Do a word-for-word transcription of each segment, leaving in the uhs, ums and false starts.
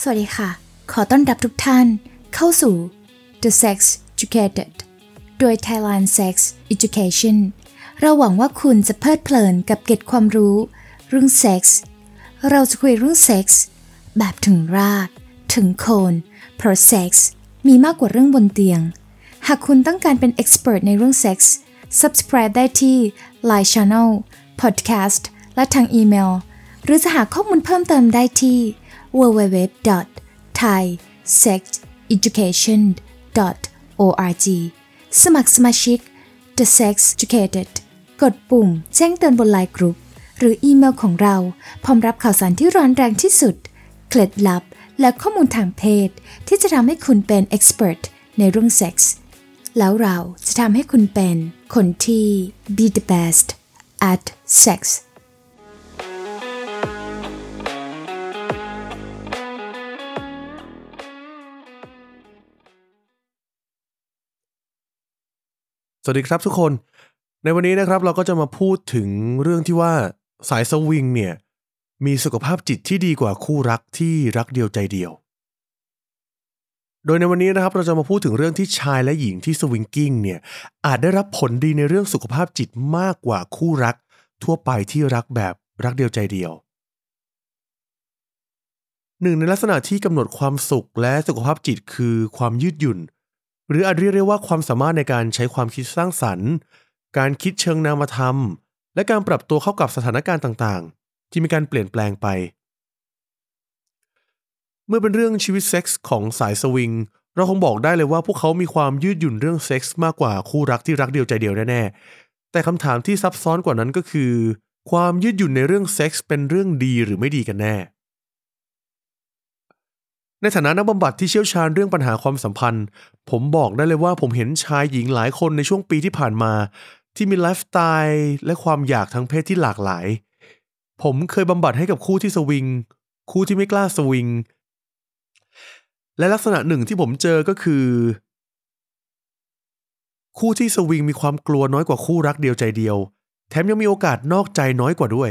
วัสดีค่ะขอต้อนรับทุกท่านเข้าสู่ The Sex Educated โดย Thailand Sex Education เราหวังว่าคุณจะเพลิดเพลินกับเกร็ดความรู้เรื่องเซ็กส์เราจะคุยเรื่องเซ็กส์แบบถึงรากถึงโคนเพราะเซ็กส์มีมากกว่าเรื่องบนเตียงหากคุณต้องการเป็น expert ในเรื่องเซ็กส์ subscribe ได้ที่ Line Channel Podcast และทางอีเมลหรือจะหาข้อมูลเพิ่มเติมได้ที่ ดับเบิลยู ดับเบิลยู ดับเบิลยู ดอท ไทย เซ็กซ์ เอดูเคชัน ดอท โอ อาร์ จี สมัครสมาชิก The Sex Educated กดปุ่มแจ้งเตือนบนไลน์กรุ๊ปหรืออีเมลของเราพร้อมรับข่าวสารที่ร้อนแรงที่สุดเคล็ดลับและข้อมูลทางเพศที่จะทำให้คุณเป็น expert ในเรื่องเซ็กส์แล้วเราจะทำให้คุณเป็นคนที่ be the best at sex สวัสดีครับทุกคนในวันนี้นะครับเราก็จะมาพูดถึงเรื่องที่ว่าสายสวิงเนี่ยมีสุขภาพจิตที่ดีกว่าคู่รักที่รักเดียวใจเดียวโดยในวันนี้นะครับเราจะมาพูดถึงเรื่องที่ชายและหญิงที่สวิงกิ้งเนี่ยอาจได้รับผลดีในเรื่องสุขภาพจิตมากกว่าคู่รักทั่วไปที่รักแบบรักเดียวใจเดียวหนึ่งในลักษณะที่กำหนดความสุขและสุขภาพจิตคือความยืดหยุ่นหรืออาจเรียกได้ว่าความสามารถในการใช้ความคิดสร้างสรรค์การคิดเชิงนามธรรมและการปรับตัวเข้ากับสถานการณ์ต่างๆที่มีการเปลี่ยนแปลงไปเมื่อเป็นเรื่องชีวิตเซ็กส์ของสายสวิงเราคงบอกได้เลยว่าพวกเขามีความยืดหยุ่นเรื่องเซ็กส์มากกว่าคู่รักที่รักเดียวใจเดียวแน่ๆแต่คำถามที่ซับซ้อนกว่านั้นก็คือความยืดหยุ่นในเรื่องเซ็กส์เป็นเรื่องดีหรือไม่ดีกันแน่ในฐานะนักบำบัดที่เชี่ยวชาญเรื่องปัญหาความสัมพันธ์ผมบอกได้เลยว่าผมเห็นชายหญิงหลายคนในช่วงปีที่ผ่านมาที่มีไลฟ์สไตล์และความอยากทางเพศที่หลากหลายผมเคยบำบัดให้กับคู่ที่สวิงคู่ที่ไม่กล้าสวิงและลักษณะหนึ่งที่ผมเจอก็คือคู่ที่สวิงมีความกลัวน้อยกว่าคู่รักเดียวใจเดียวแถมยังมีโอกาสนอกใจน้อยกว่าด้วย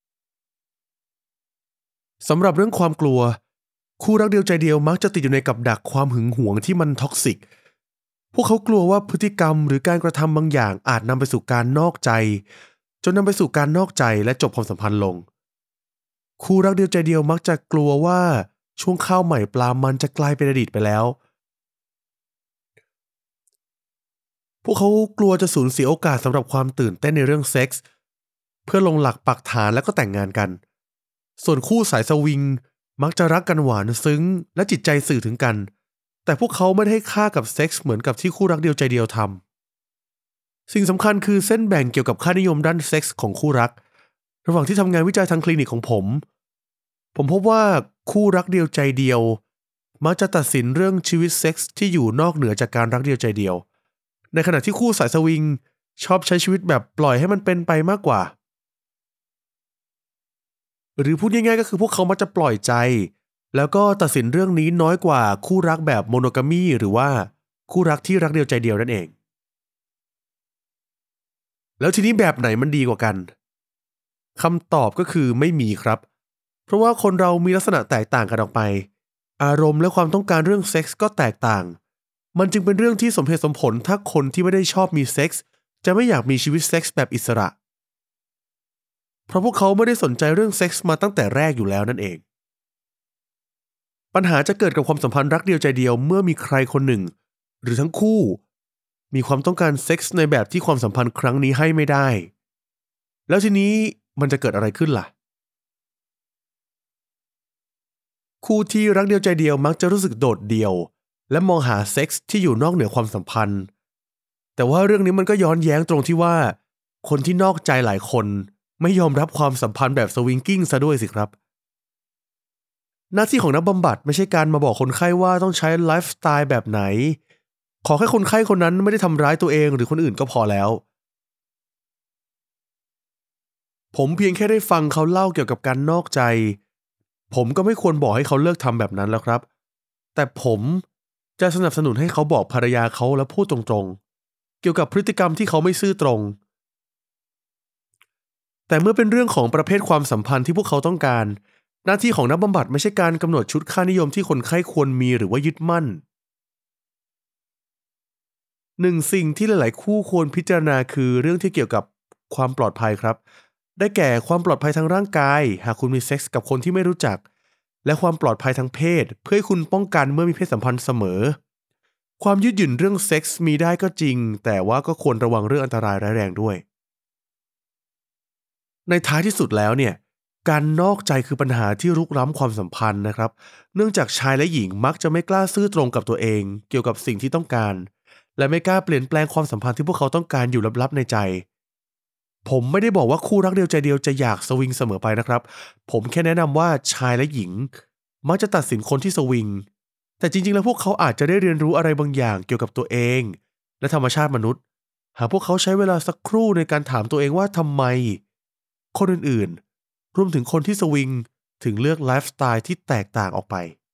สำหรับเรื่องความกลัวคู่รักเดียวใจเดียวมักจะติดอยู่ในกับดักความหึงหวงที่มันท็อกซิกพวกเขากลัวว่าพฤติกรรมหรือการกระทำบางอย่างอาจนำไปสู่การนอกใจจนนำไปสู่การนอกใจและจบความสัมพันธ์ลงคู่รักเดียวใจเดียวมักจะกลัวว่าช่วงข้าวใหม่ปลามันจะกลายเป็นอดีตไปแล้วพวกเขากลัวจะสูญเสียโอกาสสำหรับความตื่นเต้นในเรื่องเซ็กส์เพื่อลงหลักปักฐานแล้วก็แต่งงานกันส่วนคู่สายสวิงมักจะรักกันหวานซึ้งและจิตใจสื่อถึงกันแต่พวกเขาไม่ได้ให้ค่ากับเซ็กส์เหมือนกับที่คู่รักเดียวใจเดียวทำสิ่งสำคัญคือเส้นแบ่งเกี่ยวกับค่านิยมด้านเซ็กส์ของคู่รักระหว่างที่ทำงานวิจัยทางคลินิกของผมผมพบว่าคู่รักเดียวใจเดียวมักจะตัดสินเรื่องชีวิตเซ็กส์ที่อยู่นอกเหนือจากการรักเดียวใจเดียวในขณะที่คู่สายสวิงชอบใช้ชีวิตแบบปล่อยให้มันเป็นไปมากกว่าหรือพูดง่ายๆก็คือพวกเขามักจะปล่อยใจแล้วก็ตัดสินเรื่องนี้น้อยกว่าคู่รักแบบโมโนกามีหรือว่าคู่รักที่รักเดียวใจเดียวนั่นเองแล้วทีนี้แบบไหนมันดีกว่ากันคำตอบก็คือไม่มีครับเพราะว่าคนเรามีลักษณะแตกต่างกันออกไปอารมณ์และความต้องการเรื่องเซ็กส์ก็แตกต่างมันจึงเป็นเรื่องที่สมเหตุสมผลถ้าคนที่ไม่ได้ชอบมีเซ็กส์จะไม่อยากมีชีวิตเซ็กส์แบบอิสระเพราะพวกเขาไม่ได้สนใจเรื่องเซ็กส์มาตั้งแต่แรกอยู่แล้วนั่นเองปัญหาจะเกิดกับความสัมพันธ์รักเดียวใจเดียวเมื่อมีใครคนหนึ่งหรือทั้งคู่มีความต้องการเซ็กส์ในแบบที่ความสัมพันธ์ครั้งนี้ให้ไม่ได้แล้วทีนี้มันจะเกิดอะไรขึ้นล่ะคู่ที่รักเดียวใจเดียวมักจะรู้สึกโดดเดี่ยวและมองหาเซ็กส์ที่อยู่นอกเหนือความสัมพันธ์แต่ว่าเรื่องนี้มันก็ย้อนแย้งตรงที่ว่าคนที่นอกใจหลายคนไม่ยอมรับความสัมพันธ์แบบสวิงกิ้งซะด้วยสิครับหน้าที่ของนักบำบัดไม่ใช่การมาบอกคนไข้ว่าต้องใช้ไลฟ์สไตล์แบบไหนขอแค่คนไข้คนนั้นไม่ได้ทำร้ายตัวเองหรือคนอื่นก็พอแล้วผมเพียงแค่ได้ฟังเขาเล่าเกี่ยวกับการนอกใจผมก็ไม่ควรบอกให้เขาเลิกทำแบบนั้นแล้วครับแต่ผมจะสนับสนุนให้เขาบอกภรรยาเขาและพูดตรงๆเกี่ยวกับพฤติกรรมที่เขาไม่ซื่อตรงแต่เมื่อเป็นเรื่องของประเภทความสัมพันธ์ที่พวกเขาต้องการหน้าที่ของนักบำบัดไม่ใช่การกำหนดชุดค่านิยมที่คนไข้ควรมีหรือว่ายึดมั่นหนึ่งสิ่งที่หลายๆคู่ควรพิจารณาคือเรื่องที่เกี่ยวกับความปลอดภัยครับได้แก่ความปลอดภัยทางร่างกายหากคุณมีเซ็กส์กับคนที่ไม่รู้จักและความปลอดภัยทางเพศเพื่อให้คุณป้องกันเมื่อมีเพศสัมพันธ์เสมอความยืดหยุ่นเรื่องเซ็กส์มีได้ก็จริงแต่ว่าก็ควรระวังเรื่องอันตรายร้ายแรงด้วยในท้ายที่สุดแล้วเนี่ยการนอกใจคือปัญหาที่รุกล้ำความสัมพันธ์นะครับเนื่องจากชายและหญิงมักจะไม่กล้าซื่อตรงกับตัวเองเกี่ยวกับสิ่งที่ต้องการและไม่กล้าเปลี่ยนแปลงความสัมพันธ์ที่พวกเขาต้องการอยู่ลับๆในใจผมไม่ได้บอกว่าคู่รักเดียวใจเดียวจะอยากสวิงเสมอไปนะครับผมแค่แนะนำว่าชายและหญิงมักจะตัดสินคนที่สวิงแต่จริงๆแล้วพวกเขาอาจจะได้เรียนรู้อะไรบางอย่างเกี่ยวกับตัวเองและธรรมชาติมนุษย์หากพวกเขาใช้เวลาสักครู่ในการถามตัวเองว่าทำไมคนอื่นๆรวมถึงคนที่สวิงถึงเลือกไลฟ์สไตล์ที่แตกต่างออกไป